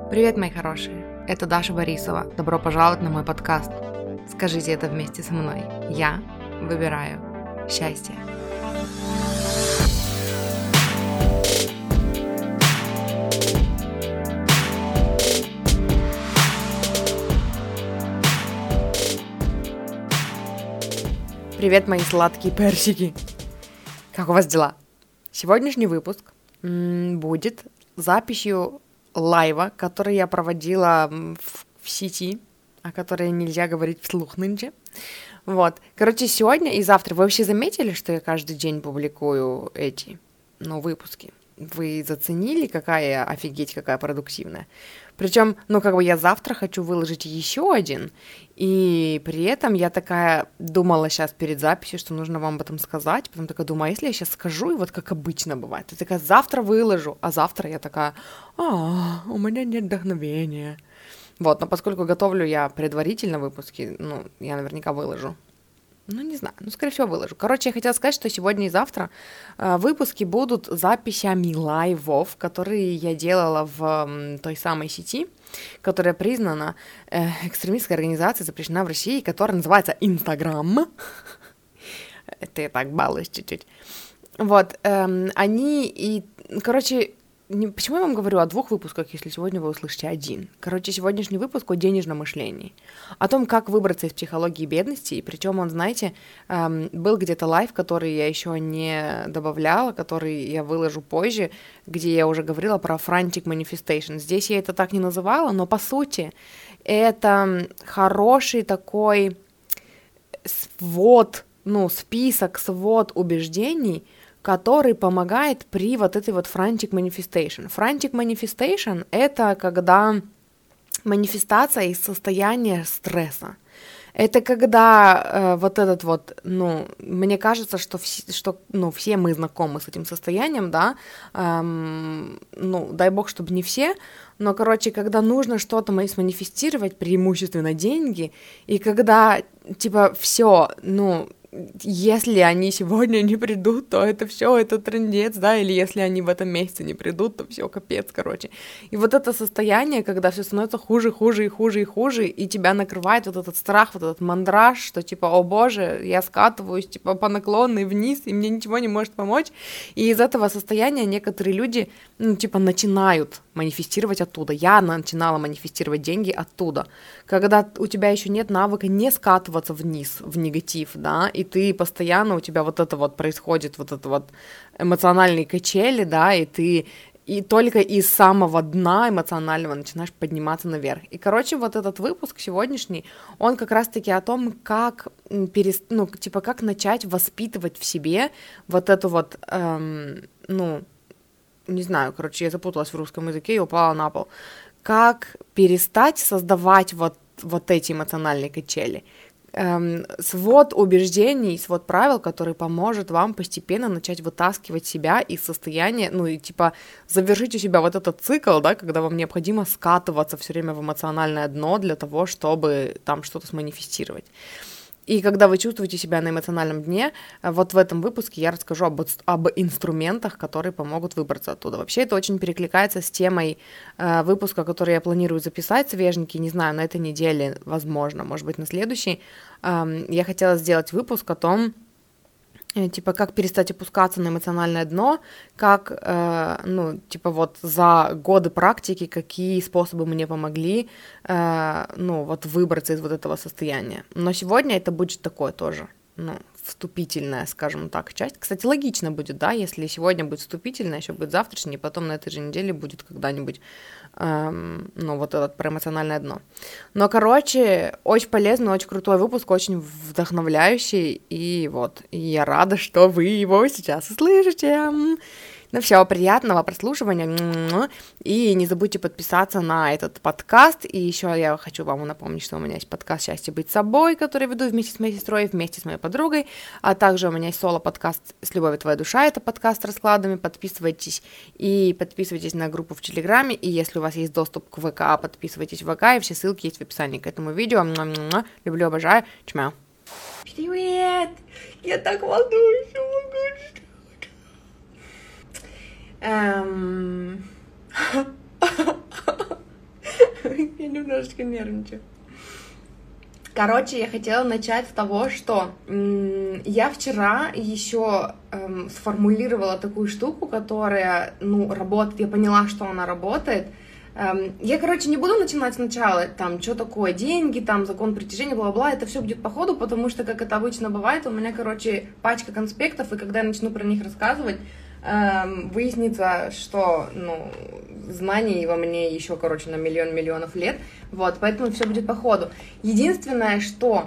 Привет, мои хорошие! Это Даша Борисова. Добро пожаловать на мой подкаст. Скажите это вместе со мной. Я выбираю счастье. Привет, мои сладкие персики! Как у вас дела? Сегодняшний выпуск будет записью лайва, который я проводила в сети, о которой нельзя говорить вслух нынче. Вот. Короче, сегодня и завтра. Вы вообще заметили, что я каждый день публикую эти, выпуски? Вы заценили, какая продуктивная? Причем, я завтра хочу выложить еще один, и при этом я такая думала сейчас перед записью, что нужно вам об этом сказать, потом такая думаю, а если я сейчас скажу, и вот как обычно бывает, я такая, завтра выложу, а завтра я такая, у меня нет вдохновения. Вот, но поскольку готовлю я предварительно выпуски, я наверняка выложу. Не знаю, скорее всего, выложу. Короче, я хотела сказать, что сегодня и завтра выпуски будут записями лайвов, которые я делала в той самой сети, которая признана экстремистской организацией, запрещена в России, которая называется Инстаграм. Это я так балуюсь чуть-чуть. Вот, почему я вам говорю о 2 выпусках, если сегодня вы услышите один? Сегодняшний выпуск о денежном мышлении, о том, как выбраться из психологии бедности, и причем он, знаете, был где-то лайв, который я еще не добавляла, который я выложу позже, где я уже говорила про frantic manifestation. Здесь я это так не называла, но по сути это хороший такой свод убеждений, который помогает при вот этой вот frantic manifestation. Frantic manifestation — это когда манифестация из состояния стресса. Это когда мне кажется, что все мы знакомы с этим состоянием, да, дай бог, чтобы не все, но, когда нужно что-то сманифестировать, преимущественно деньги, и когда, все, если они сегодня не придут, то это все, это трындец, да, или если они в этом месяце не придут, то все, капец, И вот это состояние, когда все становится хуже, и тебя накрывает вот этот страх, вот этот мандраж, что о боже, я скатываюсь, по наклонной вниз, и мне ничего не может помочь, и из этого состояния некоторые люди, начинают манифестировать оттуда. Я начинала манифестировать деньги оттуда, когда у тебя еще нет навыка не скатываться вниз, в негатив, да, и ты постоянно, у тебя происходит эмоциональные качели, да, и ты только из самого дна эмоционального начинаешь подниматься наверх. И, вот этот выпуск сегодняшний, он как раз-таки о том, как как начать воспитывать в себе не знаю, я запуталась в русском языке и упала на пол. Как перестать создавать вот эти эмоциональные качели. Свод убеждений, свод правил, который поможет вам постепенно начать вытаскивать себя из состояния, завершить у себя вот этот цикл, да, когда вам необходимо скатываться все время в эмоциональное дно для того, чтобы там что-то сманифестировать. И когда вы чувствуете себя на эмоциональном дне, в этом выпуске я расскажу об инструментах, которые помогут выбраться оттуда. Вообще это очень перекликается с темой выпуска, который я планирую записать, свеженький, не знаю, на этой неделе, возможно, может быть, на следующей. Я хотела сделать выпуск о том, как перестать опускаться на эмоциональное дно, как, за годы практики, какие способы мне помогли, выбраться из этого состояния. Но сегодня это будет такое тоже, вступительная, скажем так, часть. Кстати, логично будет, да, если сегодня будет вступительная, еще будет завтрашний, и потом на этой же неделе будет когда-нибудь, про эмоциональное дно. Но, очень полезный, очень крутой выпуск, очень вдохновляющий, и я рада, что вы его сейчас услышите. Всего приятного прослушивания, и не забудьте подписаться на этот подкаст, и еще я хочу вам напомнить, что у меня есть подкаст «Счастье быть собой», который веду вместе с моей сестрой, вместе с моей подругой, а также у меня есть соло-подкаст «С любовью твоя душа», это подкаст с раскладами, подписывайтесь на группу в Телеграме, и если у вас есть доступ к ВК, подписывайтесь в ВК, и все ссылки есть в описании к этому видео. Люблю, обожаю, чмяу. Привет! Я так волнуюсь, немножечко нервничаю. Короче, я хотела начать с того, что я вчера еще сформулировала такую штуку, которая, работает, я поняла, что она работает. Я, не буду начинать сначала, что такое деньги, закон притяжения, бла-бла-бла, это все будет по ходу, потому что, как это обычно бывает, у меня, пачка конспектов, и когда я начну про них рассказывать, выяснится, что, знаний во мне еще, на миллионов лет, вот, поэтому все будет по ходу. Единственное, что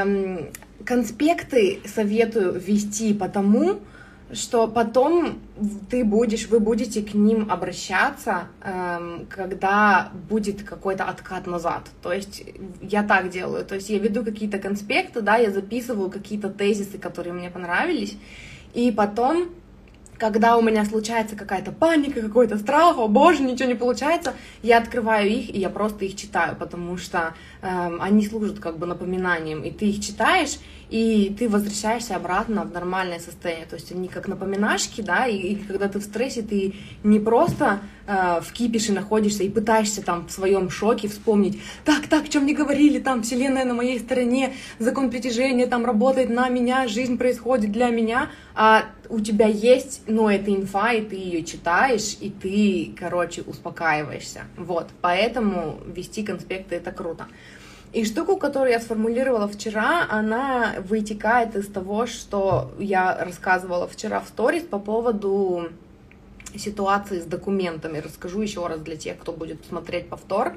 конспекты советую вести потому, что потом вы будете к ним обращаться, когда будет какой-то откат назад. То есть я так делаю, то есть я веду какие-то конспекты, да, я записываю какие-то тезисы, которые мне понравились, и потом, когда у меня случается какая-то паника, какой-то страх, о боже, ничего не получается, я открываю их, и я просто их читаю, потому что они служат напоминанием, и ты их читаешь, и ты возвращаешься обратно в нормальное состояние, то есть они как напоминашки, да, и когда ты в стрессе, ты не просто в кипише находишься и пытаешься в своем шоке вспомнить, так, что мне говорили, вселенная на моей стороне, закон притяжения работает на меня, жизнь происходит для меня, а у тебя есть, эта инфа, и ты ее читаешь, и ты, успокаиваешься, вот, поэтому вести конспекты — это круто. И штуку, которую я сформулировала вчера, она вытекает из того, что я рассказывала вчера в сторис по поводу ситуации с документами. Расскажу еще раз для тех, кто будет смотреть повтор,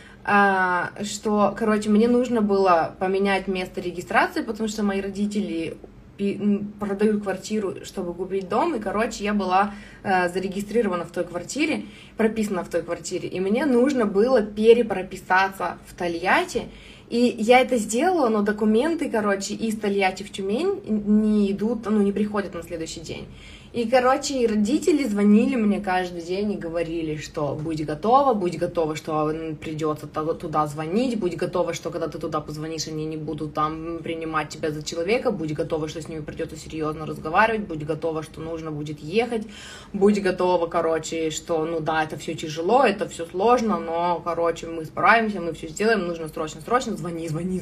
что, мне нужно было поменять место регистрации, потому что мои родители продают квартиру, чтобы купить дом, и, я была зарегистрирована в той квартире, прописана в той квартире, и мне нужно было перепрописаться в Тольятти, и я это сделала, но документы, из Тольятти в Тюмень не идут, не приходят на следующий день. И, родители звонили мне каждый день и говорили, что будь готова, что придется туда звонить, будь готова, что когда ты туда позвонишь, они не будут принимать тебя за человека, будь готова, что с ними придется серьезно разговаривать, будь готова, что нужно будет ехать, будь готова, что, да, это все тяжело, это все сложно, но, мы справимся, мы все сделаем, нужно срочно, звони,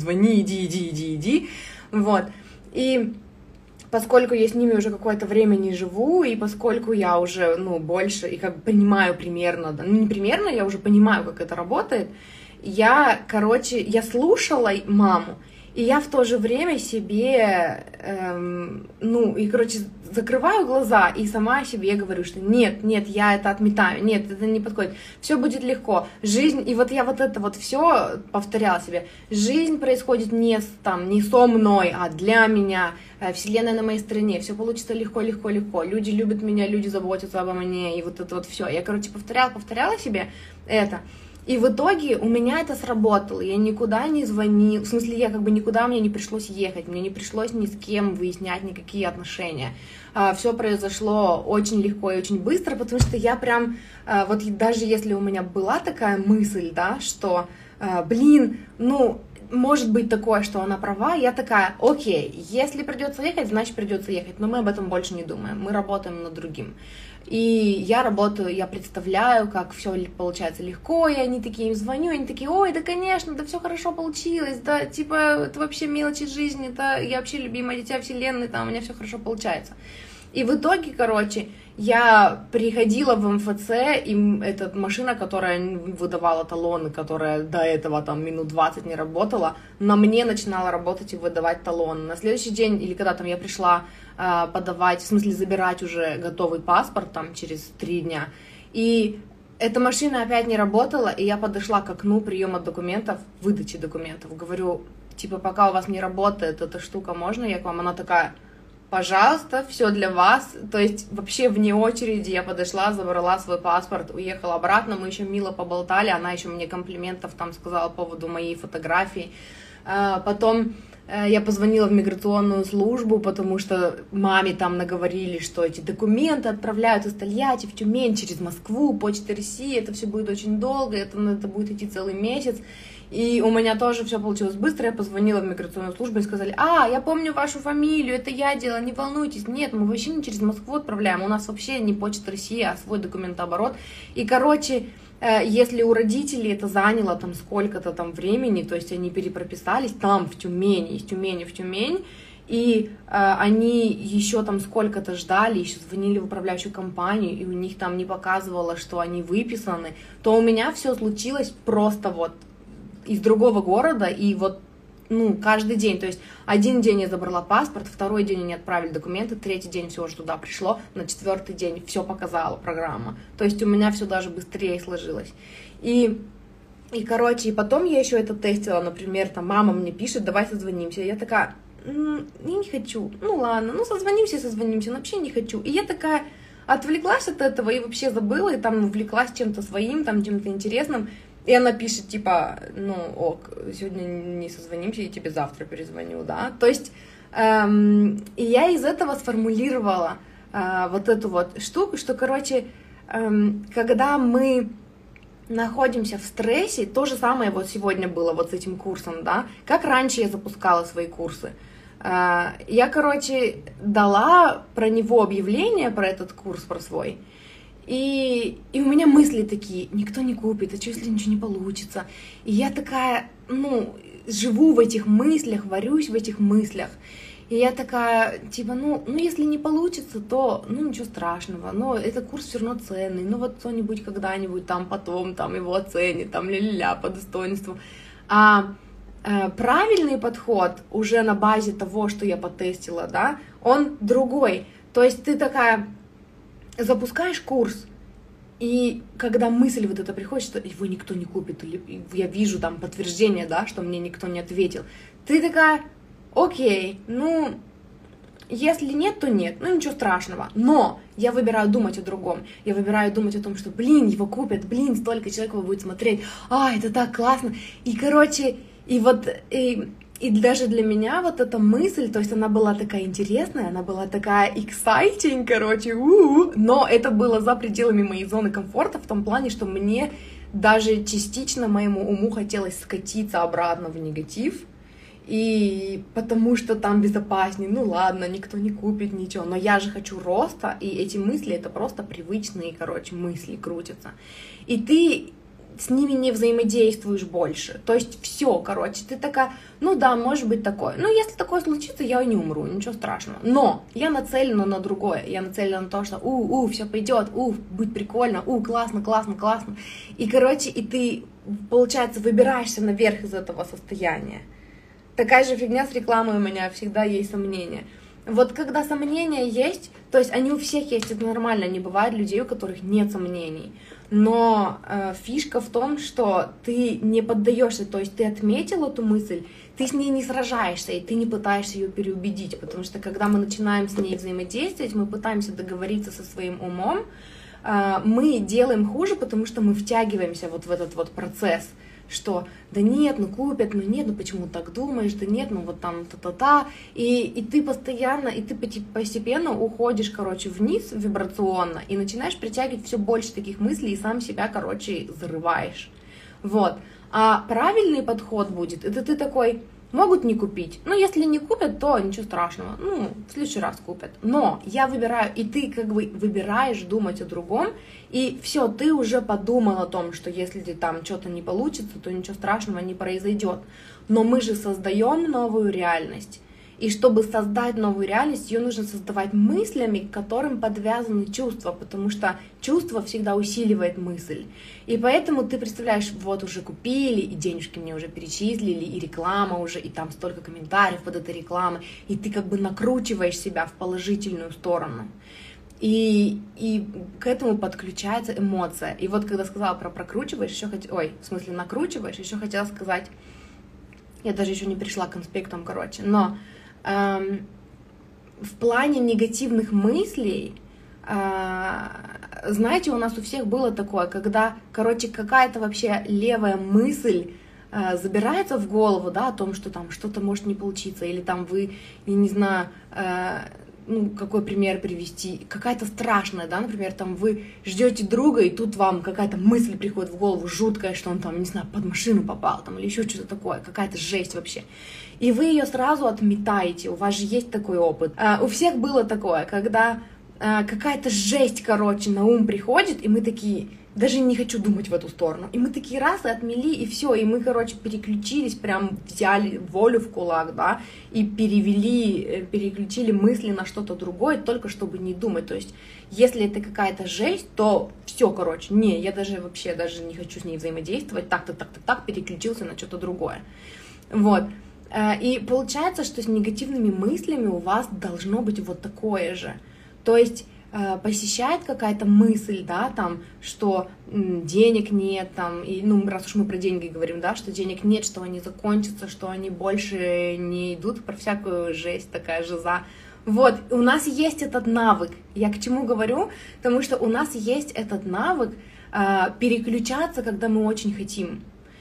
иди, вот, и поскольку я с ними уже какое-то время не живу, и поскольку я уже, больше, и понимаю примерно, не примерно, я уже понимаю, как это работает, я слушала маму, и я в то же время себе, закрываю глаза и сама себе говорю, что нет, я это отметаю, нет, это не подходит, все будет легко, жизнь, и я это все повторяла себе, жизнь происходит не со мной, а для меня, вселенная на моей стороне, все получится легко, люди любят меня, люди заботятся обо мне, и это все, я, повторяла себе это. И в итоге у меня это сработало, я никуда не звонила, в смысле, я никуда мне не пришлось ехать, мне не пришлось ни с кем выяснять никакие отношения. Все произошло очень легко и очень быстро, потому что я прям, даже если у меня была такая мысль, да, что, может быть такое, что она права, я такая, окей, если придется ехать, значит придется ехать, но мы об этом больше не думаем, мы работаем над другим. И я представляю, как все получается легко, и они такие, им звоню, и они такие, ой, да конечно, да все хорошо получилось, да, это вообще мелочи жизни, это я вообще любимое дитя вселенной, у меня все хорошо получается. И в итоге, я приходила в МФЦ, и эта машина, которая выдавала талоны, которая до этого минут 20 не работала, на мне начинала работать и выдавать талоны. На следующий день, или когда я пришла подавать, в смысле забирать уже готовый паспорт через 3 дня, и эта машина опять не работала, и я подошла к окну приема документов, выдачи документов, говорю, пока у вас не работает эта штука, можно я к вам? Она такая, пожалуйста, все для вас, то есть вообще вне очереди я подошла, забрала свой паспорт, уехала обратно, мы еще мило поболтали, она еще мне комплиментов сказала по поводу моей фотографии, потом я позвонила в миграционную службу, потому что маме наговорили, что эти документы отправляют из Тольятти в Тюмень через Москву, Почта России, это все будет очень долго, это будет идти целый месяц. И у меня тоже все получилось быстро, я позвонила в миграционную службу и сказали: я помню вашу фамилию, это я делала, не волнуйтесь. Нет, мы вообще не через Москву отправляем, у нас вообще не Почта России, а свой документооборот. И, короче, если у родителей это заняло там сколько-то там времени, то есть они перепрописались там, в Тюмени, из Тюмени в Тюмень, и они еще там сколько-то ждали, еще звонили в управляющую компанию, и у них там не показывало, что они выписаны, то у меня все случилось просто вот из другого города, и вот, каждый день, то есть один день я забрала паспорт, второй день они отправили документы, третий день все уже туда пришло, на четвертый день все показала программа, то есть у меня все даже быстрее сложилось. И короче, и потом я еще это тестила, например, там мама мне пишет: давай созвонимся, я такая: я не хочу, ладно, созвонимся, но вообще не хочу. И я такая отвлеклась от этого и вообще забыла, и там увлеклась чем-то своим, там чем-то интересным. И она пишет, типа: ок, сегодня не созвонимся, я тебе завтра перезвоню, да. То есть, и я из этого сформулировала вот эту вот штуку, что, короче, когда мы находимся в стрессе, то же самое вот сегодня было вот с этим курсом, да, как раньше я запускала свои курсы. Я, короче, дала про него объявление, про этот курс, про свой, и у меня мысли такие: никто не купит, а что, если ничего не получится? И я такая, живу в этих мыслях, варюсь в этих мыслях. И я такая, типа, если не получится, то, ничего страшного, но этот курс все равно ценный, вот кто-нибудь когда-нибудь там потом там его оценит, там ля-ля-ля по достоинству. Правильный подход уже на базе того, что я потестила, да, он другой. То есть ты такая запускаешь курс, и когда мысль вот эта приходит, что его никто не купит, или я вижу там подтверждение, да, что мне никто не ответил, ты такая: окей, если нет, то нет, ничего страшного, но я выбираю думать о другом, я выбираю думать о том, что, его купят, столько человек его будет смотреть, это так классно, и, короче, и даже для меня вот эта мысль, то есть она была такая интересная, она была такая exciting, короче, но это было за пределами моей зоны комфорта в том плане, что мне даже частично моему уму хотелось скатиться обратно в негатив, и потому что там безопаснее, ладно, никто не купит ничего, но я же хочу роста, и эти мысли, это просто привычные, мысли крутятся, и ты с ними не взаимодействуешь больше, то есть все, ты такая: да, может быть такое, если такое случится, я и не умру, ничего страшного, но я нацелена на другое, я нацелена на то, что все пойдет, будет прикольно, классно, и, и ты, получается, выбираешься наверх из этого состояния. Такая же фигня с рекламой, у меня всегда есть сомнения. Вот когда сомнения есть, то есть они у всех есть, это нормально, не бывает людей, у которых нет сомнений. Но фишка в том, что ты не поддаешься, то есть ты отметил эту мысль, ты с ней не сражаешься, и ты не пытаешься ее переубедить, потому что когда мы начинаем с ней взаимодействовать, мы пытаемся договориться со своим умом, мы делаем хуже, потому что мы втягиваемся вот в этот вот процесс, что да нет, купят, нет, почему так думаешь, да нет, вот там та-та-та, и ты постоянно, и ты постепенно уходишь, вниз вибрационно, и начинаешь притягивать все больше таких мыслей, и сам себя, зарываешь, вот. А правильный подход будет, это ты такой: могут не купить, если не купят, то ничего страшного, в следующий раз купят, но я выбираю, и ты выбираешь думать о другом, и все, ты уже подумал о том, что если там что-то не получится, то ничего страшного не произойдет, но мы же создаем новую реальность, и чтобы создать новую реальность, ее нужно создавать мыслями, к которым подвязаны чувства, потому что чувство всегда усиливает мысль. И поэтому ты представляешь: вот уже купили, и денежки мне уже перечислили, и реклама уже, и там столько комментариев под этой рекламой, и ты накручиваешь себя в положительную сторону. И к этому подключается эмоция. И вот когда сказала про прокручиваешь, накручиваешь, еще хотела сказать, я даже еще не пришла к конспектам, но в плане негативных мыслей, знаете, у нас у всех было такое, когда, какая-то вообще левая мысль забирается в голову, да, о том, что там что-то может не получиться, или там вы, я не знаю, ну, какой пример привести, какая-то страшная, да, например, там вы ждете друга, и тут вам какая-то мысль приходит в голову жуткая, что он там, не знаю, под машину попал, там, или еще что-то такое, какая-то жесть вообще. И вы ее сразу отметаете, у вас же есть такой опыт. У всех было такое, когда какая-то жесть, короче, на ум приходит, и мы такие, даже не хочу думать в эту сторону. И мы такие раз и отмели, и все, и мы, короче, переключились, прям взяли волю в кулак, да, и переключили мысли на что-то другое, только чтобы не думать. То есть, если это какая-то жесть, то все, короче, не, я даже вообще даже не хочу с ней взаимодействовать, так, переключился на что-то другое. Вот. И получается, что с негативными мыслями у вас должно быть вот такое же. То есть посещает какая-то мысль, да, там, что денег нет, там, и, ну, раз уж мы про деньги говорим, да, что денег нет, что они закончатся, что они больше не идут, про всякую жесть, такая жиза. Вот, у нас есть этот навык. Я к чему говорю? Потому что у нас есть этот навык переключаться, когда мы очень хотим.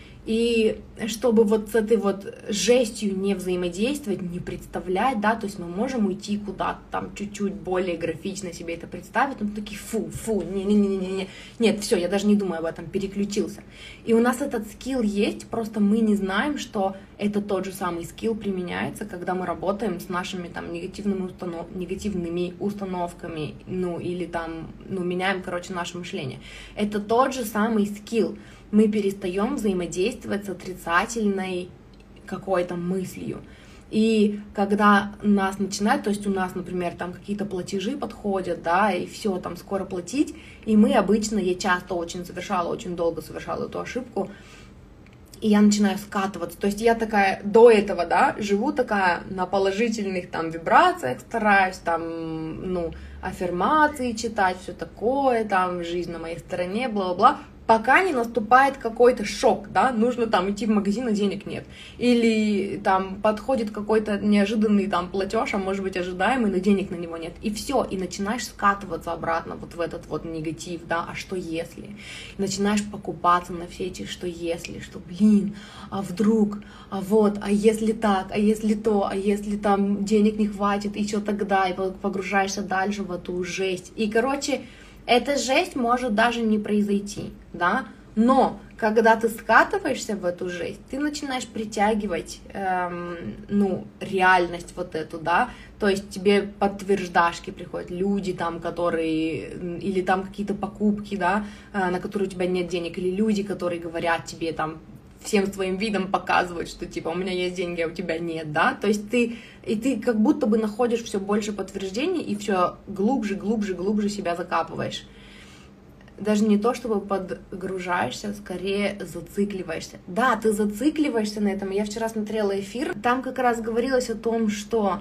И чтобы вот с этой вот жестью не взаимодействовать, не представлять, да, то есть мы можем уйти куда-то там чуть-чуть более графично себе это представить, но такие фу, не, нет, все, я даже не думаю об этом, переключился. И у нас этот скилл есть, просто мы не знаем, что это тот же самый скилл применяется, когда мы работаем с нашими там негативными установками, ну или там, ну меняем, короче, наше мышление. Это тот же самый скилл. Мы перестаем взаимодействовать с отрицательной какой-то мыслью. И когда нас начинает, то есть у нас, например, там какие-то платежи подходят, да, и все, там скоро платить, и мы обычно, я часто очень долго совершала эту ошибку, и я начинаю скатываться, то есть я такая до этого, да, живу такая на положительных там вибрациях, стараюсь там, ну, аффирмации читать, все такое, там, жизнь на моей стороне, бла-бла-бла, пока не наступает какой-то шок, да, нужно там идти в магазин, а денег нет. Или там подходит какой-то неожиданный там платеж, а может быть ожидаемый, но денег на него нет. И все, и начинаешь скатываться обратно вот в этот вот негатив, да, а что если? И начинаешь покупаться на все эти что если, что блин, а вдруг, а вот, а если так, а если то, а если там денег не хватит, и что тогда? И погружаешься дальше в эту жесть. И, короче, эта жесть может даже не произойти, да, но когда ты скатываешься в эту жесть, ты начинаешь притягивать, ну, реальность вот эту, да, то есть тебе подтверждашки приходят, люди там, которые, или там какие-то покупки, да, на которые у тебя нет денег, или люди, которые говорят тебе там, всем своим видом показывают, что типа у меня есть деньги, а у тебя нет, да, то есть ты как будто бы находишь все больше подтверждений и все глубже себя закапываешь. Даже не то, чтобы подгружаешься, скорее зацикливаешься. Да, ты зацикливаешься на этом. Я вчера смотрела эфир, там как раз говорилось о том, что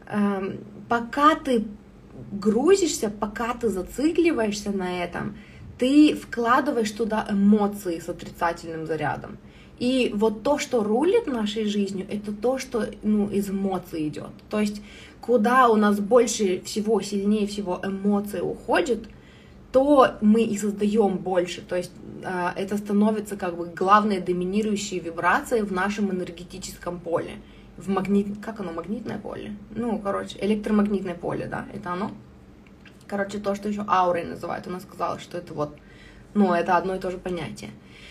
пока ты грузишься, пока ты зацикливаешься на этом, ты вкладываешь туда эмоции с отрицательным зарядом. И вот то, что рулит нашей жизнью, это то, что, ну, из эмоций идет. То есть, куда у нас больше всего, сильнее всего эмоции уходят, то мы и создаем больше. То есть, это становится как бы главной доминирующей вибрацией в нашем энергетическом поле. Как оно, магнитное поле? Ну, короче, электромагнитное поле, да, это оно. Короче, то, что еще аурой называют. Она сказала, что это вот, ну, это одно и то же понятие.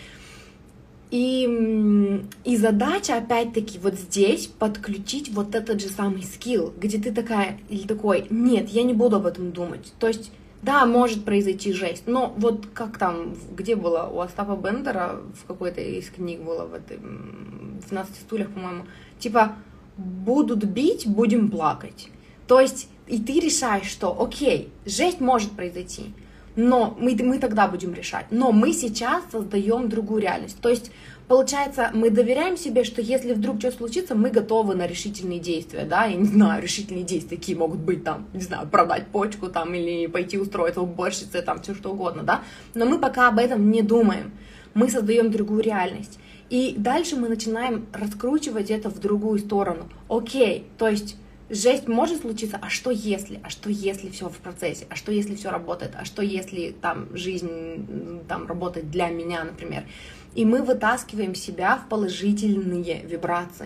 И задача, опять-таки, вот здесь подключить вот этот же самый скилл, где ты такая или такой, нет, я не буду об этом думать. То есть, да, может произойти жесть, но вот как там, где было у Остапа Бендера, в какой-то из книг было, в этой, в 12 стульях, по-моему, типа, будут бить, будем плакать. То есть, и ты решаешь, что, окей, жесть может произойти, но мы тогда будем решать. Но мы сейчас создаем другую реальность. То есть, получается, мы доверяем себе, что если вдруг что-то случится, мы готовы на решительные действия, да, я не знаю, решительные действия какие могут быть там, не знаю, продать почку там или пойти устроиться в уборщице, там, все что угодно, да, но мы пока об этом не думаем, мы создаем другую реальность. И дальше мы начинаем раскручивать это в другую сторону. Окей, то есть, жесть может случиться, а что если все в процессе, а что если все работает, а что если там жизнь там работает для меня, например. И мы вытаскиваем себя в положительные вибрации.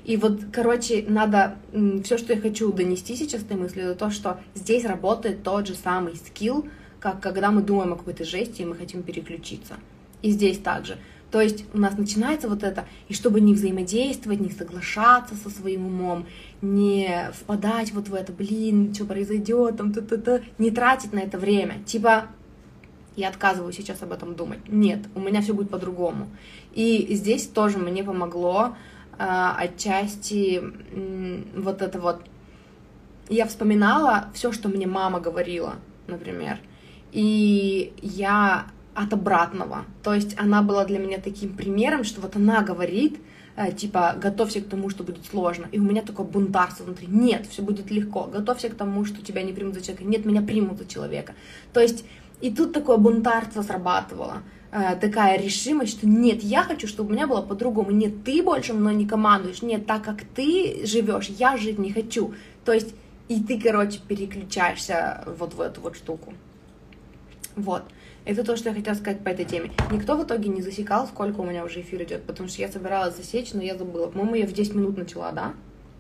И вот, короче, надо, все, что я хочу донести сейчас этой мыслью, это то, что здесь работает тот же самый скилл, как когда мы думаем о какой-то жести, и мы хотим переключиться. И здесь также. То есть у нас начинается вот это, и чтобы не взаимодействовать, не соглашаться со своим умом, не впадать вот в это, блин, что произойдет, там, не тратить на это время. Типа, я отказываюсь сейчас об этом думать. Нет, у меня все будет по-другому. И здесь тоже мне помогло отчасти вот это вот. Я вспоминала все, что мне мама говорила, например, и я от обратного. То есть она была для меня таким примером, что вот она говорит, типа, готовься к тому, что будет сложно. И у меня такое бунтарство внутри. Нет, все будет легко. Готовься к тому, что тебя не примут за человека. Нет, меня примут за человека. То есть и тут такое бунтарство срабатывало. Такая решимость, что нет, я хочу, чтобы у меня было по-другому. Нет, ты больше мной не командуешь. Нет, так как ты живешь, я жить не хочу. То есть и ты, короче, переключаешься вот в эту вот штуку. Вот. Это то, что я хотела сказать по этой теме. Никто в итоге не засекал, сколько у меня уже эфир идет, потому что я собиралась засечь, но я забыла. По-моему, я в 10 минут начала, да?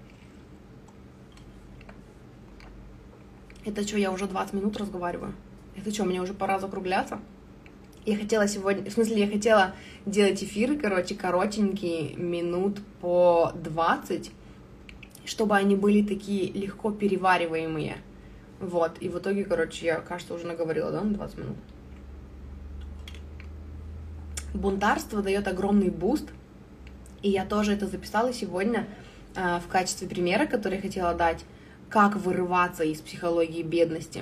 Это что, я уже 20 минут разговариваю? Это что, мне уже пора закругляться? Я хотела сегодня... В смысле, я хотела делать эфиры, короче, коротенькие, минут по 20, чтобы они были такие легко перевариваемые. Вот. И в итоге, короче, я, кажется, уже наговорила, да, на 20 минут? Бунтарство дает огромный буст, и я тоже это записала сегодня в качестве примера, который я хотела дать, как вырываться из психологии бедности.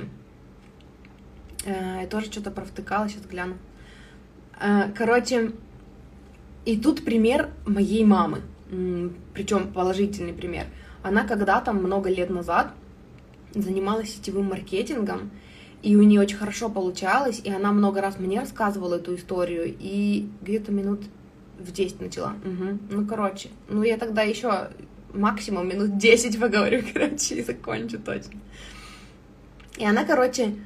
Я тоже что-то провтыкала, сейчас гляну. Короче, и тут пример моей мамы, причем положительный пример. Она когда-то, много лет назад, занималась сетевым маркетингом, и у нее очень хорошо получалось, и она много раз мне рассказывала эту историю, и где-то минут в 10 начала. Ну, короче, я тогда еще максимум минут 10 поговорю, короче, и закончу точно. И она, короче,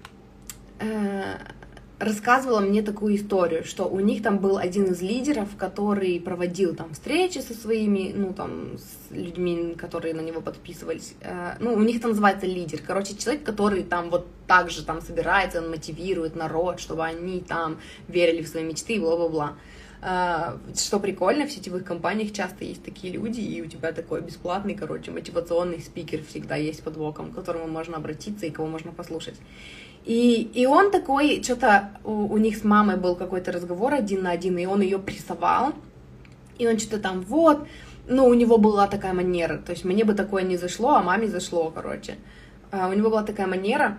рассказывала мне такую историю, что у них там был один из лидеров, который проводил там встречи со своими, с людьми, которые на него подписывались. У них там называется лидер. Короче, человек, который там вот так же там собирается, он мотивирует народ, чтобы они там верили в свои мечты и бла-бла-бла. Что прикольно, в сетевых компаниях часто есть такие люди, и у тебя такой бесплатный, мотивационный спикер всегда есть под боком, к которому можно обратиться и кого можно послушать. И он такой, что-то у них с мамой был какой-то разговор 1 на 1, и он ее прессовал, и он что-то там у него была такая манера, то есть мне бы такое не зашло, а маме зашло, короче. У него была такая манера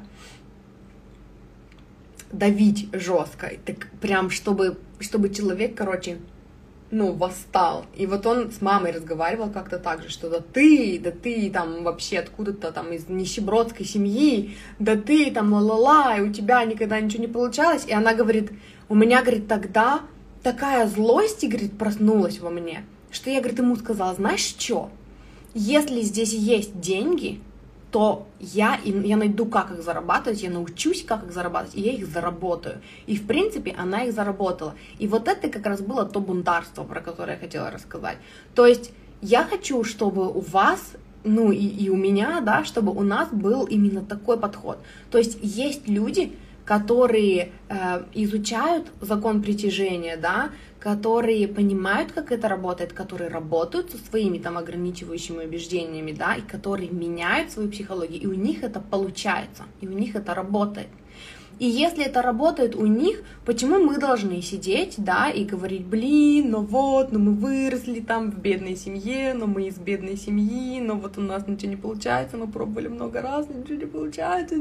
давить жестко, так прям, чтобы человек, короче, восстал. И вот он с мамой разговаривал как-то так же, что да ты там вообще откуда-то там из нищебродской семьи, да ты там ла-ла-ла, и у тебя никогда ничего не получалось. И она говорит, у меня, говорит, тогда такая злость, и, говорит, проснулась во мне, что я, говорит, ему сказала, знаешь что, если здесь есть деньги, то я найду, как их зарабатывать, я научусь, как их зарабатывать, и я их заработаю. И, в принципе, она их заработала. И вот это как раз было то бунтарство, про которое я хотела рассказать. То есть я хочу, чтобы у вас, и у меня, да, чтобы у нас был именно такой подход. То есть есть люди, которые изучают закон притяжения, да, которые понимают, как это работает, которые работают со своими там ограничивающими убеждениями, да, и которые меняют свою психологию, и у них это получается, и у них это работает. И если это работает у них, почему мы должны сидеть, да, и говорить, мы выросли там в бедной семье, но мы из бедной семьи, но вот у нас ничего не получается, мы пробовали много раз, ничего не получается.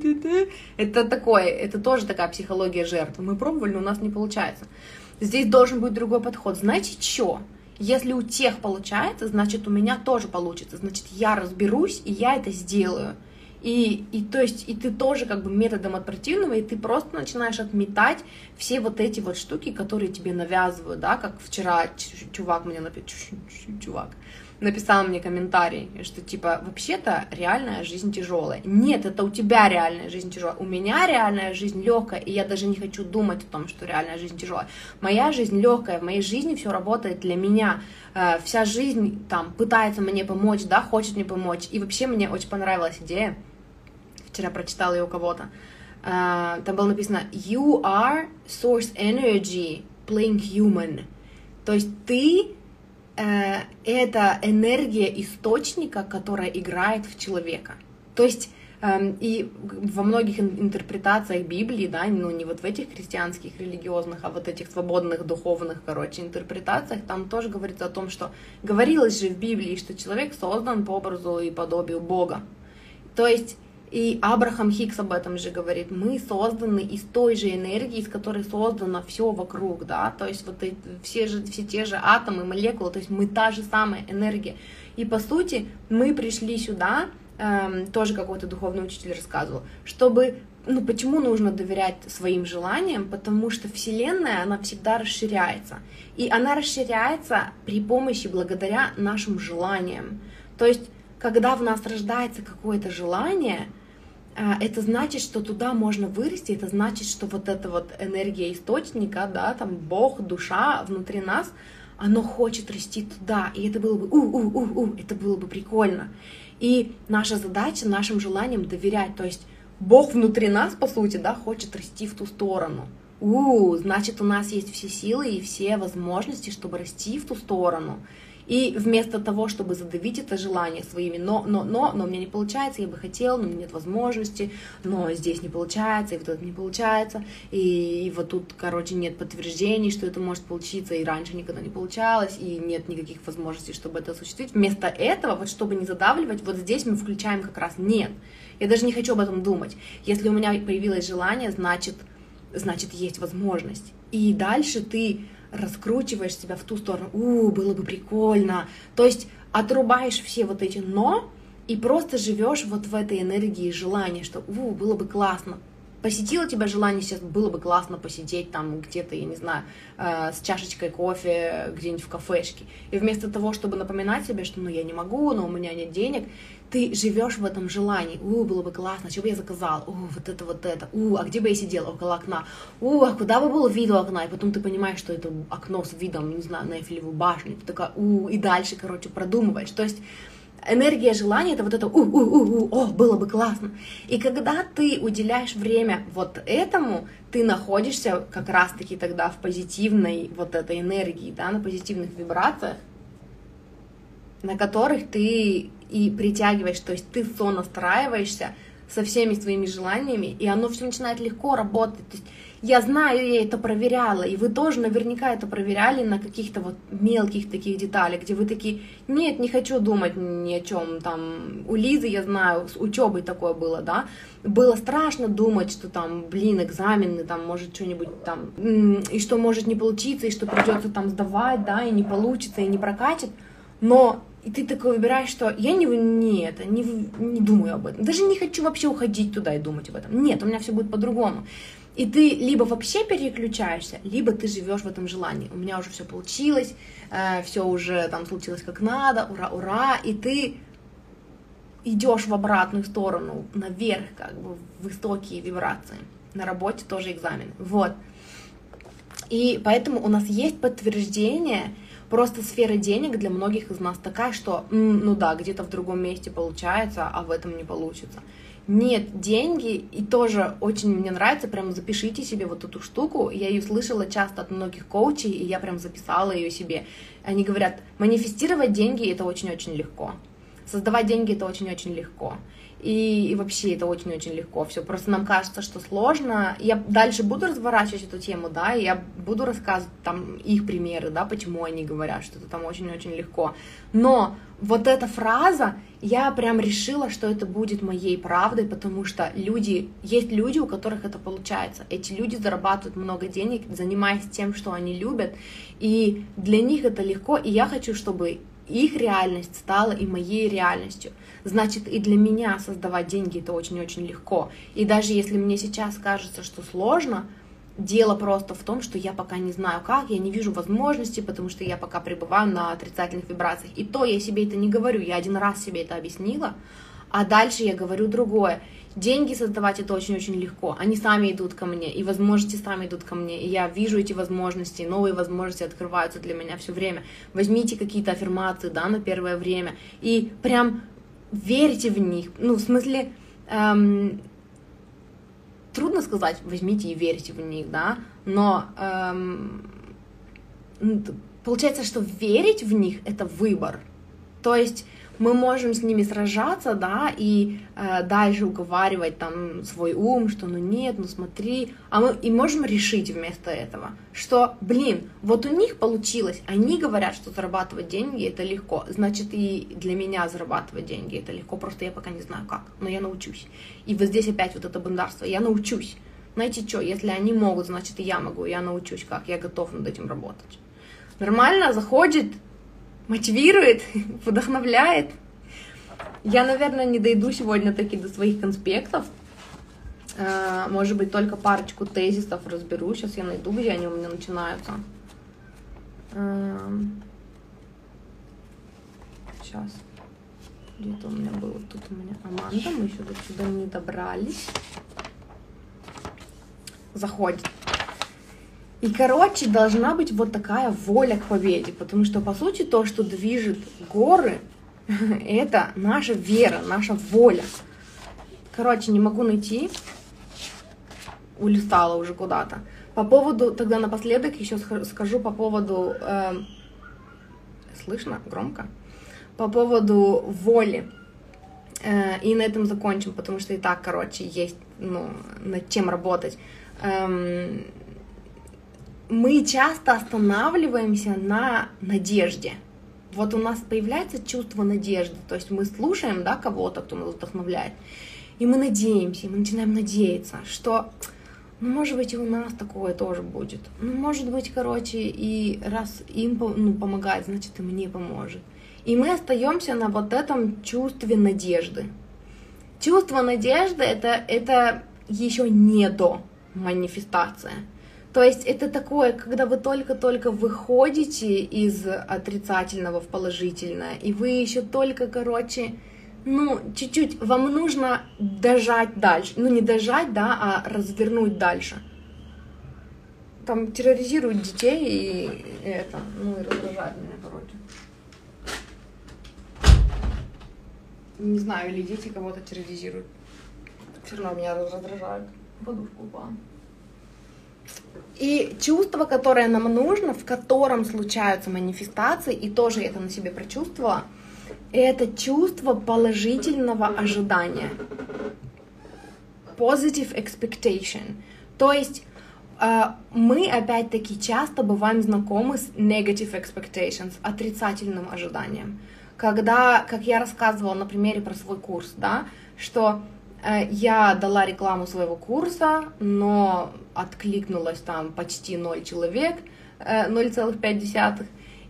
Это тоже такая психология жертвы. Мы пробовали, но у нас не получается. Здесь должен быть другой подход. Знаете что? Если у тех получается, значит, у меня тоже получится. Значит, я разберусь, и я это сделаю. И ты тоже как бы методом от противного, и ты просто начинаешь отметать все вот эти вот штуки, которые тебе навязывают, да, как вчера чувак мне написал, написал мне комментарий, что типа, вообще-то реальная жизнь тяжелая. Нет, это у тебя реальная жизнь тяжелая. У меня реальная жизнь легкая, и я даже не хочу думать о том, что реальная жизнь тяжелая. Моя жизнь легкая, в моей жизни все работает для меня. Вся жизнь там пытается мне помочь, да, хочет мне помочь. И вообще мне очень понравилась идея. Вчера прочитала ее у кого-то. Там было написано «You are source energy playing human». То есть ты это энергия источника, которая играет в человека. То есть и во многих интерпретациях Библии, да, ну не вот в этих христианских, религиозных, а вот этих свободных, духовных, интерпретациях, там тоже говорится о том, что говорилось же в Библии, что человек создан по образу и подобию Бога. То есть и Абрахам Хикс об этом же говорит, мы созданы из той же энергии, из которой создано все вокруг, да, то есть вот все те же атомы, молекулы, то есть мы та же самая энергия. И по сути мы пришли сюда, тоже какой-то духовный учитель рассказывал, чтобы, ну почему нужно доверять своим желаниям, потому что Вселенная, она всегда расширяется, и она расширяется при помощи, благодаря нашим желаниям, то есть когда в нас рождается какое-то желание, это значит, что туда можно вырасти, это значит, что вот эта вот энергия источника, да, там Бог, душа внутри нас, оно хочет расти туда, и это было бы, это было бы прикольно. И наша задача нашим желаниям доверять, то есть Бог внутри нас, по сути, да, хочет расти в ту сторону. Значит, у нас есть все силы и все возможности, чтобы расти в ту сторону. И вместо того, чтобы задавить это желание своими но у меня не получается, я бы хотела, но у меня нет возможности, но здесь не получается, и вот это не получается, и вот тут, короче, нет подтверждений, что это может получиться, и раньше никогда не получалось, и нет никаких возможностей, чтобы это осуществить. Вместо этого, вот чтобы не задавливать, вот здесь мы включаем как раз нет. Я даже не хочу об этом думать. Если у меня появилось желание, значит есть возможность. И дальше ты раскручиваешь себя в ту сторону, было бы прикольно, то есть отрубаешь все вот эти «но» и просто живешь вот в этой энергии желания, что было бы классно. Посетило тебя желание сейчас, было бы классно посидеть там где-то, я не знаю, с чашечкой кофе где-нибудь в кафешке. И вместо того, чтобы напоминать себе, что я не могу, но у меня нет денег, ты живешь в этом желании. Было бы классно, что бы я заказал? Вот это. А где бы я сидела? Около окна. А куда бы было вид у окна? И потом ты понимаешь, что это окно с видом, не знаю, на Эйфелеву башню. Ты такая, и дальше, короче, продумываешь. То есть энергия желания — это вот это было бы классно. И когда ты уделяешь время вот этому, ты находишься как раз-таки тогда в позитивной вот этой энергии, да, на позитивных вибрациях, на которых ты и притягиваешь, то есть ты сонастраиваешься со всеми своими желаниями, и оно все начинает легко работать. То есть я знаю, я это проверяла, и вы тоже наверняка это проверяли на каких-то вот мелких таких деталях, где вы такие, нет, не хочу думать ни о чем, там, у Лизы, я знаю, с учебой такое было, да, было страшно думать, что там, экзамены, там, может, что-нибудь там, и что может не получиться, и что придется там сдавать, да, и не получится, и не прокатит, но и ты такой выбираешь, что я не думаю об этом, даже не хочу вообще уходить туда и думать об этом, нет, у меня все будет по-другому. И ты либо вообще переключаешься, либо ты живешь в этом желании. У меня уже все получилось, все уже там случилось как надо, ура, и ты идешь в обратную сторону, наверх, как бы в высокие вибрации. На работе тоже экзамен. Вот. И поэтому у нас есть подтверждение. Просто сфера денег для многих из нас такая, что, где-то в другом месте получается, а в этом не получится. Нет, деньги, и тоже очень мне нравится, прям запишите себе вот эту штуку, я ее слышала часто от многих коучей, и я прям записала ее себе. Они говорят, манифестировать деньги — это очень-очень легко, создавать деньги — это очень-очень легко. И вообще это очень-очень легко все. Просто нам кажется, что сложно. Я дальше буду разворачивать эту тему, да, и я буду рассказывать там их примеры, да, почему они говорят, что это там очень-очень легко. Но вот эта фраза, я прям решила, что это будет моей правдой, потому что есть люди, у которых это получается. Эти люди зарабатывают много денег, занимаясь тем, что они любят, и для них это легко, и я хочу, чтобы их реальность стала и моей реальностью. Значит, и для меня создавать деньги — это очень-очень легко. И даже если мне сейчас кажется, что сложно, дело просто в том, что я пока не знаю как, я не вижу возможности, потому что я пока пребываю на отрицательных вибрациях. И то я себе это не говорю, я один раз себе это объяснила, а дальше я говорю другое. Деньги создавать это очень-очень легко, они сами идут ко мне, и возможности сами идут ко мне, и я вижу эти возможности, новые возможности открываются для меня все время. Возьмите какие-то аффирмации, да, на первое время, и прям верьте в них, ну, в смысле, трудно сказать, возьмите и верьте в них, да, но получается, что верить в них — это выбор, то есть мы можем с ними сражаться, да, и дальше уговаривать там свой ум, что ну нет, ну смотри, а мы и можем решить вместо этого, что, блин, вот у них получилось, они говорят, что зарабатывать деньги это легко, значит и для меня зарабатывать деньги это легко, просто я пока не знаю как, но я научусь. И вот здесь опять вот это бунтарство, я научусь. Знаете что, если они могут, значит и я могу, я научусь как, я готов над этим работать. Нормально, заходит, мотивирует, вдохновляет. Я, наверное, не дойду сегодня таки до своих конспектов. Может быть, только парочку тезисов разберу. Сейчас я найду, где они у меня начинаются. Сейчас. Где-то у меня было. Тут у меня Аманда. Мы еще до сюда не добрались. Заходит. И, короче, должна быть вот такая воля к победе, потому что, по сути, то, что движет горы, это наша вера, наша воля. Короче, не могу найти, улистала уже куда-то. По поводу, тогда напоследок еще скажу по поводу, слышно громко? По поводу воли. И на этом закончим, потому что и так, короче, есть, ну, над чем работать. Мы часто останавливаемся на надежде. Вот у нас появляется чувство надежды, то есть мы слушаем, да, кого-то, кто нас вдохновляет, и мы надеемся, и мы начинаем надеяться, что, ну, может быть, и у нас такое тоже будет. Ну, может быть, короче, и раз им помогает, значит, и мне поможет. И мы остаемся на вот этом чувстве надежды. Чувство надежды это еще не до манифестации. То есть это такое, когда вы только-только выходите из отрицательного в положительное, и вы еще только, короче, ну, чуть-чуть, вам нужно дожать дальше. Ну, не дожать, да, а развернуть дальше. Там терроризируют детей и это, ну, и раздражают меня, короче. Не знаю, или дети кого-то терроризируют. Все равно меня раздражают. Подушку упала. И чувство, которое нам нужно, в котором случаются манифестации, и тоже я это на себе прочувствовала, это чувство положительного ожидания. Positive expectation. То есть мы, опять-таки, часто бываем знакомы с negative expectations, отрицательным ожиданием. Когда, как я рассказывала на примере про свой курс, да, что я дала рекламу своего курса, но откликнулось там почти 0 человек, 0,5,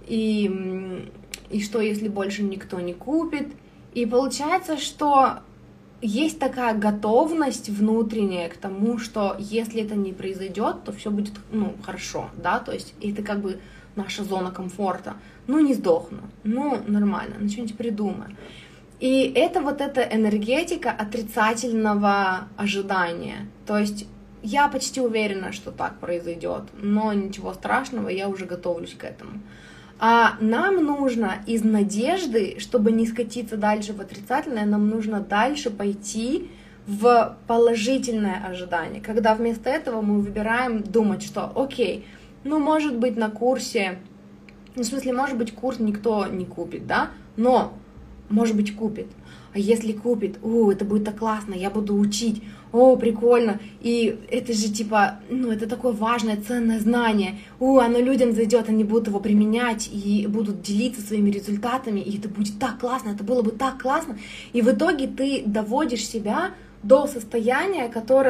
и что, если больше никто не купит? И получается, что есть такая готовность внутренняя к тому, что если это не произойдет, то все будет, ну, хорошо, да, то есть это как бы наша зона комфорта. Ну, не сдохну, ну, нормально, ну, что-нибудь придумаю. И это вот эта энергетика отрицательного ожидания. То есть я почти уверена, что так произойдет, но ничего страшного, я уже готовлюсь к этому. А нам нужно из надежды, чтобы не скатиться дальше в отрицательное, нам нужно дальше пойти в положительное ожидание. Когда вместо этого мы выбираем думать, что окей, ну может быть на курсе, ну, в смысле, может быть курс никто не купит, да, но может быть, купит. А если купит, это будет так классно, я буду учить, прикольно. И это же типа, ну, это такое важное, ценное знание. Оно людям зайдет, они будут его применять и будут делиться своими результатами. И это будет так классно, это было бы так классно. И в итоге ты доводишь себя до состояния,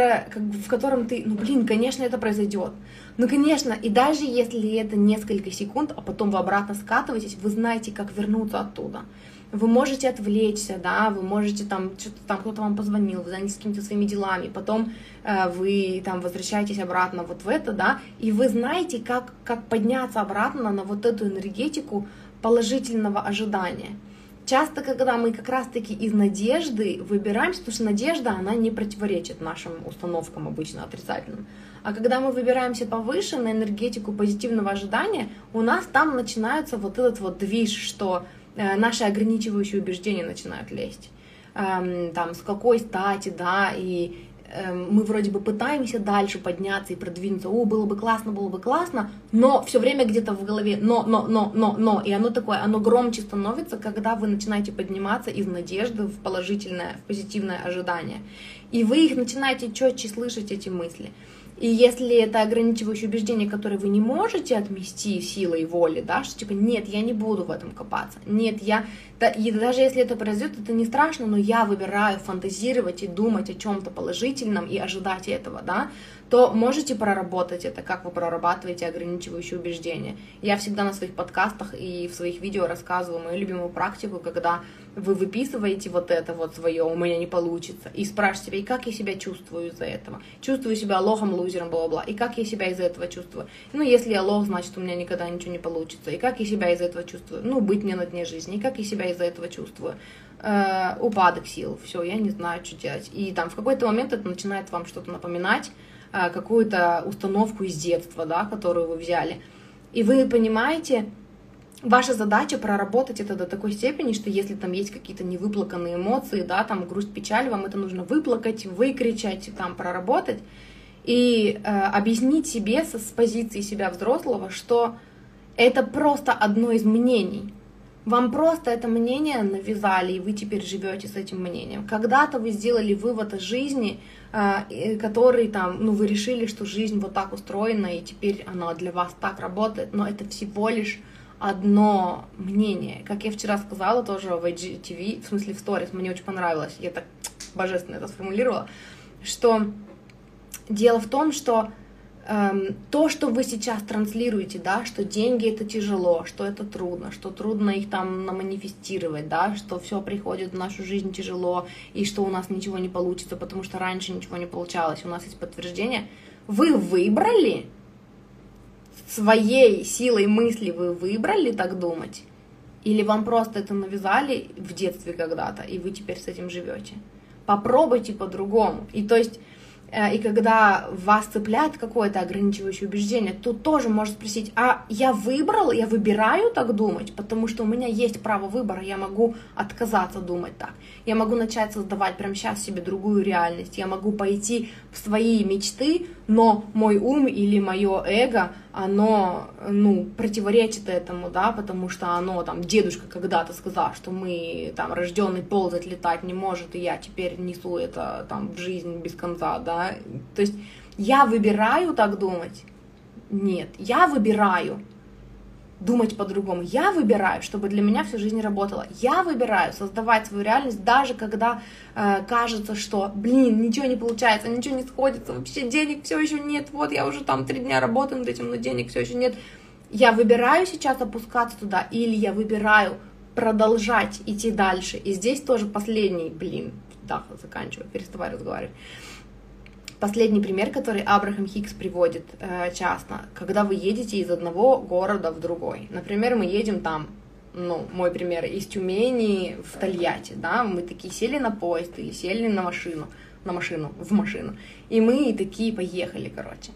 в котором ты, конечно, это произойдет. Ну, конечно, и даже если это несколько секунд, а потом вы обратно скатываетесь, вы знаете, как вернуться оттуда. Вы можете отвлечься, да, вы можете что-то кто-то вам позвонил, вы занялись какими-то своими делами, потом вы возвращаетесь обратно вот в это, да, и вы знаете, как подняться обратно на вот эту энергетику положительного ожидания. Часто, когда мы как раз-таки из надежды выбираемся, потому что надежда, она не противоречит нашим установкам обычно отрицательным. А когда мы выбираемся повыше на энергетику позитивного ожидания, у нас там начинается вот этот вот движ, что наши ограничивающие убеждения начинают лезть. С какой стати, да, и мы вроде бы пытаемся дальше подняться и продвинуться, было бы классно, но все время где-то в голове но, и оно такое, оно громче становится, когда вы начинаете подниматься из надежды в положительное, в позитивное ожидание. И вы их начинаете четче слышать, эти мысли. И если это ограничивающее убеждение, которое вы не можете отмести силой воли, да, что типа нет, я не буду в этом копаться, нет, и даже если это произойдет, это не страшно, но я выбираю фантазировать и думать о чем-то положительном и ожидать этого, да, то можете проработать это, как вы прорабатываете ограничивающие убеждения. Я всегда на своих подкастах и в своих видео рассказываю мою любимую практику, когда вы выписываете вот это вот свое «у меня не получится» и спрашиваете себя, и как я себя чувствую из-за этого? Чувствую себя лохом, лузером, бла-бла-бла. И как я себя из-за этого чувствую? Ну, если я лох, значит, у меня никогда ничего не получится. И как я себя из-за этого чувствую? Ну, быть мне на дне жизни. И как я себя из-за этого чувствую? Упадок сил. Все, я не знаю, что делать. И в какой-то момент это начинает вам что-то напоминать, какую-то установку из детства, да, которую вы взяли. И вы понимаете, ваша задача проработать это до такой степени, что если есть какие-то невыплаканные эмоции, да, грусть, печаль, вам это нужно выплакать, выкричать, проработать и объяснить себе с позиции себя взрослого, что это просто одно из мнений. Вам просто это мнение навязали, и вы теперь живете с этим мнением. Когда-то вы сделали вывод о жизни, который вы решили, что жизнь вот так устроена, и теперь она для вас так работает, но это всего лишь одно мнение. Как я вчера сказала тоже в IGTV, в смысле в сторис, мне очень понравилось, я так божественно это сформулировала, что дело в том, что то, что вы сейчас транслируете, да, что деньги это тяжело, что это трудно, что трудно их наманифестировать, да, что все приходит в нашу жизнь тяжело, и что у нас ничего не получится, потому что раньше ничего не получалось, у нас есть подтверждение. Вы выбрали своей силой мысли, вы выбрали так думать, или вам просто это навязали в детстве когда-то, и вы теперь с этим живете? Попробуйте по-другому. И то есть и когда вас цепляет какое-то ограничивающее убеждение, тут тоже можно спросить, а я выбираю так думать, потому что у меня есть право выбора, я могу отказаться думать так, я могу начать создавать прямо сейчас себе другую реальность, я могу пойти в свои мечты, но мой ум или мое эго, оно, противоречит этому, да, потому что оно, дедушка когда-то сказал, что мы, рожденный ползать, летать не может, и я теперь несу это, в жизнь без конца, да, то есть я выбираю так думать? Нет, я выбираю думать по-другому, я выбираю, чтобы для меня всю жизнь работало, я выбираю создавать свою реальность, даже когда кажется, что, ничего не получается, ничего не сходится, вообще денег все еще нет, вот я уже 3 дня работаю над этим, но денег все еще нет. Я выбираю сейчас опускаться туда, или я выбираю продолжать идти дальше. И здесь тоже последний, заканчиваю, переставай разговаривать. Последний пример, который Абрахам Хикс приводит часто, когда вы едете из одного города в другой. Например, мы едем мой пример, из Тюмени в Тольятти, да, мы такие сели на поезд или сели в машину, и мы такие поехали,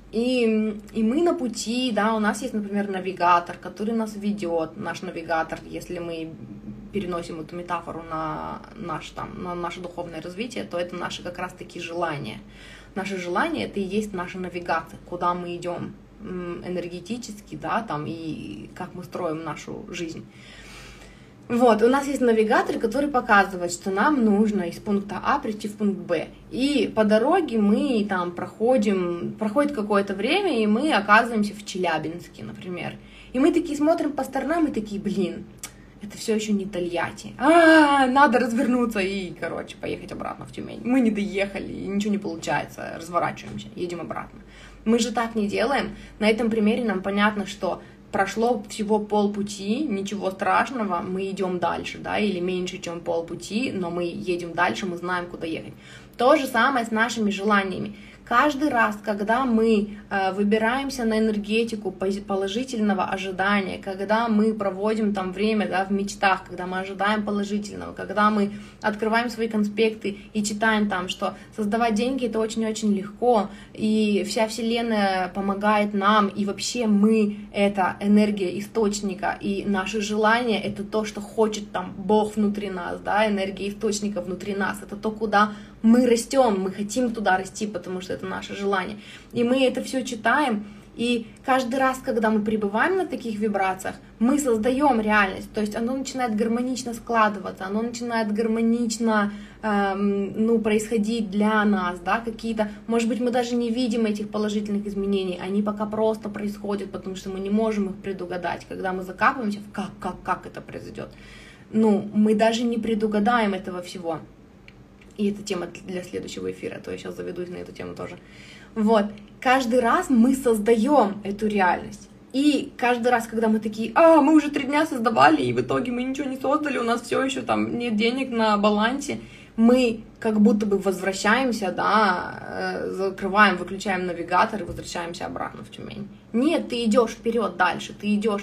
И мы на пути, да, у нас есть, например, навигатор, который нас ведет, наш навигатор, если мы переносим эту метафору на наше духовное развитие, то это наши как раз-таки желания. Наше желание — это и есть наша навигация, куда мы идем энергетически, да, и как мы строим нашу жизнь. Вот, у нас есть навигатор, который показывает, что нам нужно из пункта А прийти в пункт Б. И по дороге мы проходит какое-то время, и мы оказываемся в Челябинске, например. И мы такие смотрим по сторонам и такие, это все еще не Тольятти. Надо развернуться и, короче, поехать обратно в Тюмень. Мы не доехали, и ничего не получается, разворачиваемся, едем обратно. Мы же так не делаем. На этом примере нам понятно, что прошло всего полпути, ничего страшного, мы идем дальше, да, или меньше, чем полпути, но мы едем дальше, мы знаем, куда ехать. То же самое с нашими желаниями. Каждый раз, когда мы выбираемся на энергетику положительного ожидания, когда мы проводим там время, да, в мечтах, когда мы ожидаем положительного, когда мы открываем свои конспекты и читаем там, что создавать деньги — это очень-очень легко, и вся Вселенная помогает нам, и вообще мы — это энергия источника, и наши желания — это то, что хочет там Бог внутри нас, да, энергия источника внутри нас, это то, куда мы растем, мы хотим туда расти, потому что это наше желание. И мы это все читаем, и каждый раз, когда мы пребываем на таких вибрациях, мы создаем реальность, то есть оно начинает гармонично складываться, оно начинает гармонично происходить для нас, да, какие-то, может быть, мы даже не видим этих положительных изменений, они пока просто происходят, потому что мы не можем их предугадать, когда мы закапываемся в как это произойдет, мы даже не предугадаем этого всего. И это тема для следующего эфира, а то я сейчас заведусь на эту тему тоже. Вот, каждый раз мы создаем эту реальность. И каждый раз, когда мы такие, мы уже 3 дня создавали, и в итоге мы ничего не создали, у нас все еще там нет денег на балансе, мы как будто бы возвращаемся, да, закрываем, выключаем навигатор и возвращаемся обратно в Тюмень. Нет, ты идешь вперед дальше, ты идешь,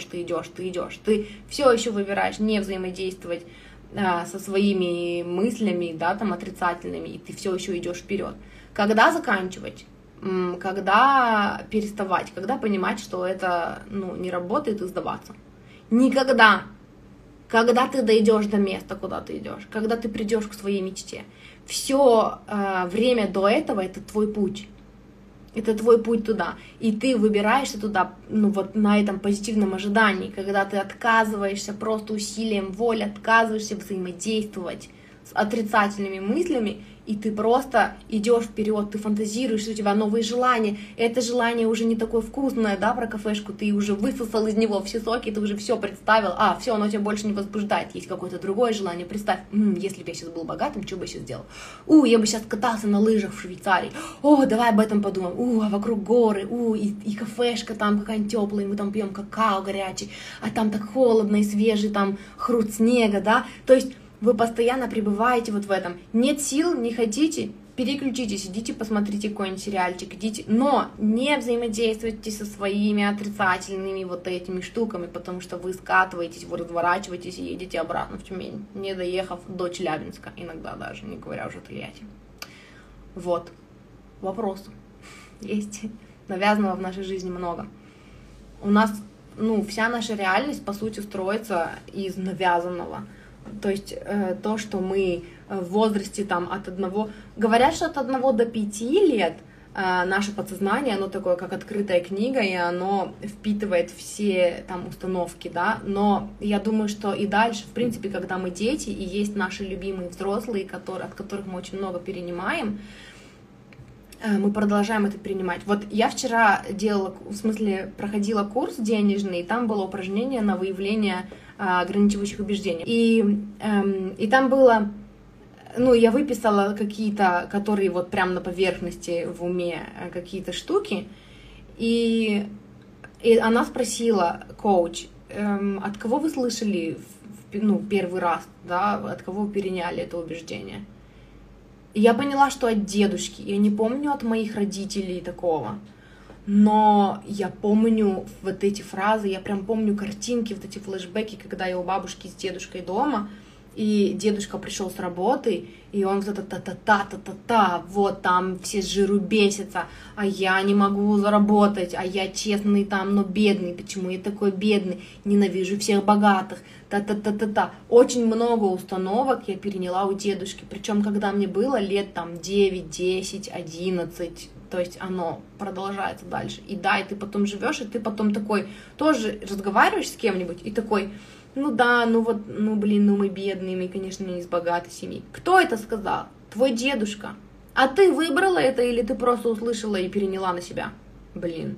ты все еще выбираешь не взаимодействовать со своими мыслями, да, там, отрицательными, и ты все еще идешь вперед. Когда заканчивать? Когда переставать? Когда понимать, что это, не работает, и сдаваться? Никогда. Когда ты дойдешь до места, куда ты идешь, когда ты придешь к своей мечте. Все время до этого — это твой путь. Это твой путь туда, и ты выбираешься туда, на этом позитивном ожидании, когда ты отказываешься просто усилием воли, отказываешься взаимодействовать с отрицательными мыслями, и ты просто идешь вперед, ты фантазируешь, у тебя новые желания, это желание уже не такое вкусное, да, про кафешку, ты уже высосал из него все соки, ты уже все представил, все, оно тебя больше не возбуждает, есть какое-то другое желание, представь, если бы я сейчас был богатым, что бы я сейчас сделал? Я бы сейчас катался на лыжах в Швейцарии, давай об этом подумаем, а вокруг горы, и кафешка там какая-нибудь теплая, мы там пьем какао горячий, а там так холодно и свежий там хруст снега, да, то есть вы постоянно пребываете вот в этом. Нет сил, не хотите, переключитесь, идите посмотрите какой-нибудь сериальчик, идите, но не взаимодействуйте со своими отрицательными вот этими штуками, потому что вы скатываетесь, вы разворачиваетесь и едете обратно в Тюмень, не доехав до Челябинска, иногда даже, не говоря уже о Тольятти. Вот. Вопрос есть. Навязанного в нашей жизни много. У нас, вся наша реальность, по сути, строится из навязанного. То есть то, что мы в возрасте там от 1... Говорят, что от 1 до 5 лет наше подсознание, оно такое, как открытая книга, и оно впитывает все там установки, да, но я думаю, что и дальше, в принципе, когда мы дети, и есть наши любимые взрослые, от которых мы очень много перенимаем, мы продолжаем это принимать. Вот я вчера проходила курс денежный, и там было упражнение на выявление ограничивающих убеждений. И там было, я выписала какие-то, которые вот прям на поверхности в уме, какие-то штуки, и она спросила, коуч, от кого вы слышали первый раз, да, от кого вы переняли это убеждение? И я поняла, что от дедушки, я не помню от моих родителей такого, но я помню вот эти фразы, я прям помню картинки, вот эти флешбеки, когда я у бабушки с дедушкой дома, и дедушка пришел с работы, и он вот это та-та-та-та-та, вот там все с жиру бесятся, а я не могу заработать, а я честный там, но бедный, почему я такой бедный, ненавижу всех богатых, та-та-та-та-та. Очень много установок я переняла у дедушки, причем когда мне было лет там 9, 10, 11, то есть оно продолжается дальше. И да, и ты потом живешь, и ты потом такой тоже разговариваешь с кем-нибудь, и такой, мы бедные, мы, конечно, не из богатой семьи. Кто это сказал? Твой дедушка. А ты выбрала это или ты просто услышала и переняла на себя?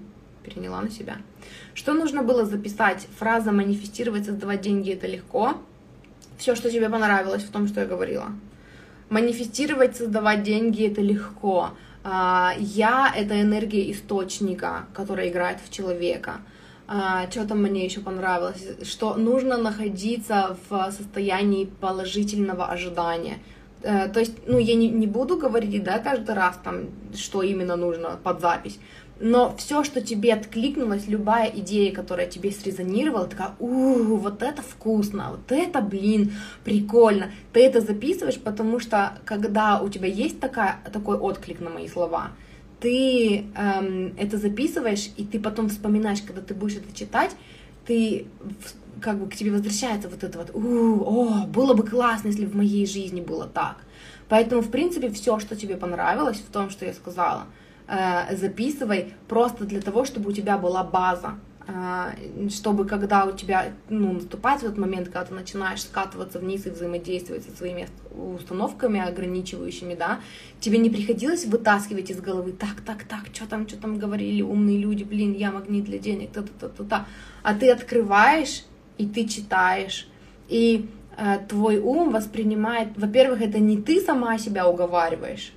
переняла на себя. Что нужно было записать? Фраза «манифестировать, создавать деньги – это легко». Все, что тебе понравилось в том, что я говорила. Манифестировать, создавать деньги – это легко. Я – это энергия источника, которая играет в человека. Что там мне еще понравилось? Что нужно находиться в состоянии положительного ожидания. То есть, я не буду говорить, да, каждый раз, там, что именно нужно под запись, но все, что тебе откликнулось, любая идея, которая тебе срезонировала, такая, вот это вкусно, вот это, прикольно. Ты это записываешь, потому что, когда у тебя есть такой отклик на мои слова, ты это записываешь, и ты потом вспоминаешь, когда ты будешь это читать, ты как бы к тебе возвращается вот это вот, было бы классно, если в моей жизни было так. Поэтому, в принципе, все, что тебе понравилось в том, что я сказала, записывай просто для того, чтобы у тебя была база, чтобы когда у тебя наступает этот момент, когда ты начинаешь скатываться вниз и взаимодействовать со своими установками ограничивающими, да, тебе не приходилось вытаскивать из головы так, что там говорили умные люди, я магнит для денег, а ты открываешь и ты читаешь, и твой ум воспринимает, во-первых, это не ты сама себя уговариваешь,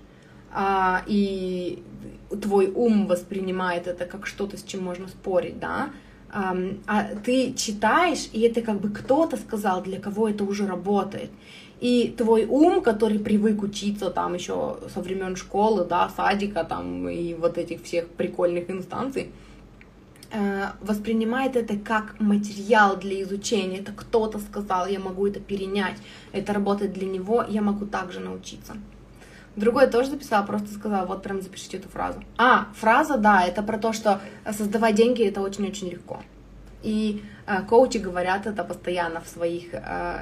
и твой ум воспринимает это как что-то, с чем можно спорить, да, а ты читаешь, и это как бы кто-то сказал, для кого это уже работает. И твой ум, который привык учиться там еще со времен школы, да, садика там и вот этих всех прикольных инстанций, воспринимает это как материал для изучения. Это кто-то сказал, я могу это перенять, это работает для него, я могу также научиться. Другое тоже записала, просто сказала, вот прям запишите эту фразу. Фраза, да, это про то, что создавать деньги это очень-очень легко. И коучи говорят это постоянно в своих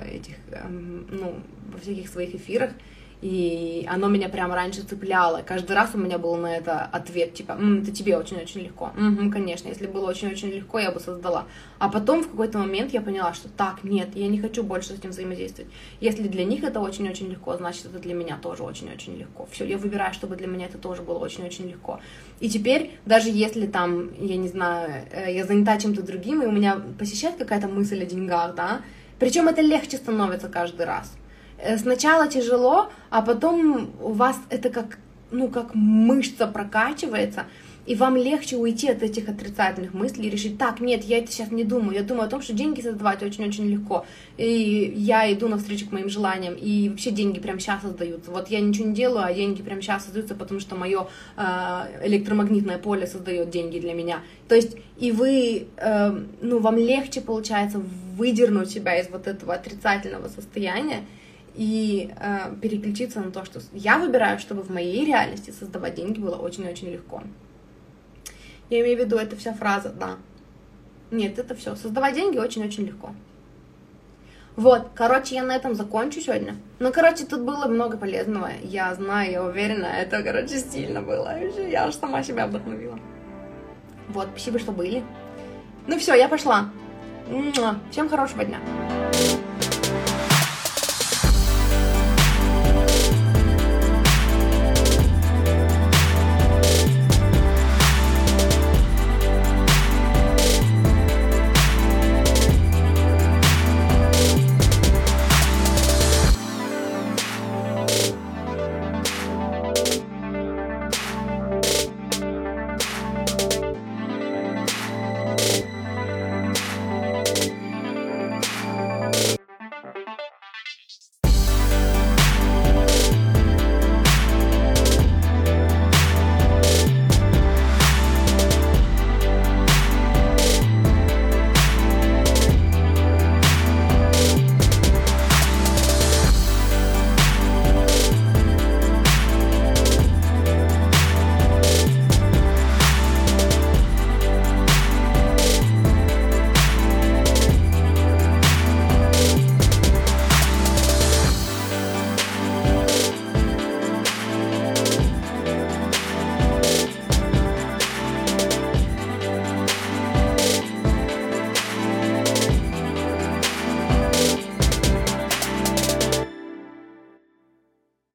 во всяких своих эфирах. И оно меня прям раньше цепляло. Каждый раз у меня был на это ответ, типа, это тебе очень-очень легко. Конечно, если было очень-очень легко, я бы создала. А потом в какой-то момент я поняла, что так, нет, я не хочу больше с этим взаимодействовать. Если для них это очень-очень легко, значит, это для меня тоже очень-очень легко. Все, я выбираю, чтобы для меня это тоже было очень-очень легко. И теперь, даже если там, я не знаю, я занята чем-то другим, и у меня посещает какая-то мысль о деньгах, да, причем это легче становится каждый раз. Сначала тяжело, а потом у вас это как мышца прокачивается, и вам легче уйти от этих отрицательных мыслей и решить, так, нет, я это сейчас не думаю, я думаю о том, что деньги создавать очень-очень легко, и я иду навстречу к моим желаниям, и вообще деньги прямо сейчас создаются, вот я ничего не делаю, а деньги прямо сейчас создаются, потому что мое электромагнитное поле создает деньги для меня, то есть, и вы, вам легче получается выдернуть себя из вот этого отрицательного состояния, и переключиться на то, что я выбираю, чтобы в моей реальности создавать деньги было очень-очень легко. Я имею в виду, это вся фраза, да. Нет, это все. Создавать деньги очень-очень легко. Вот, я на этом закончу сегодня. Тут было много полезного. Я знаю, я уверена, это, сильно было. Я аж сама себя вдохновила. Вот, спасибо, что были. Все, я пошла. Всем хорошего дня.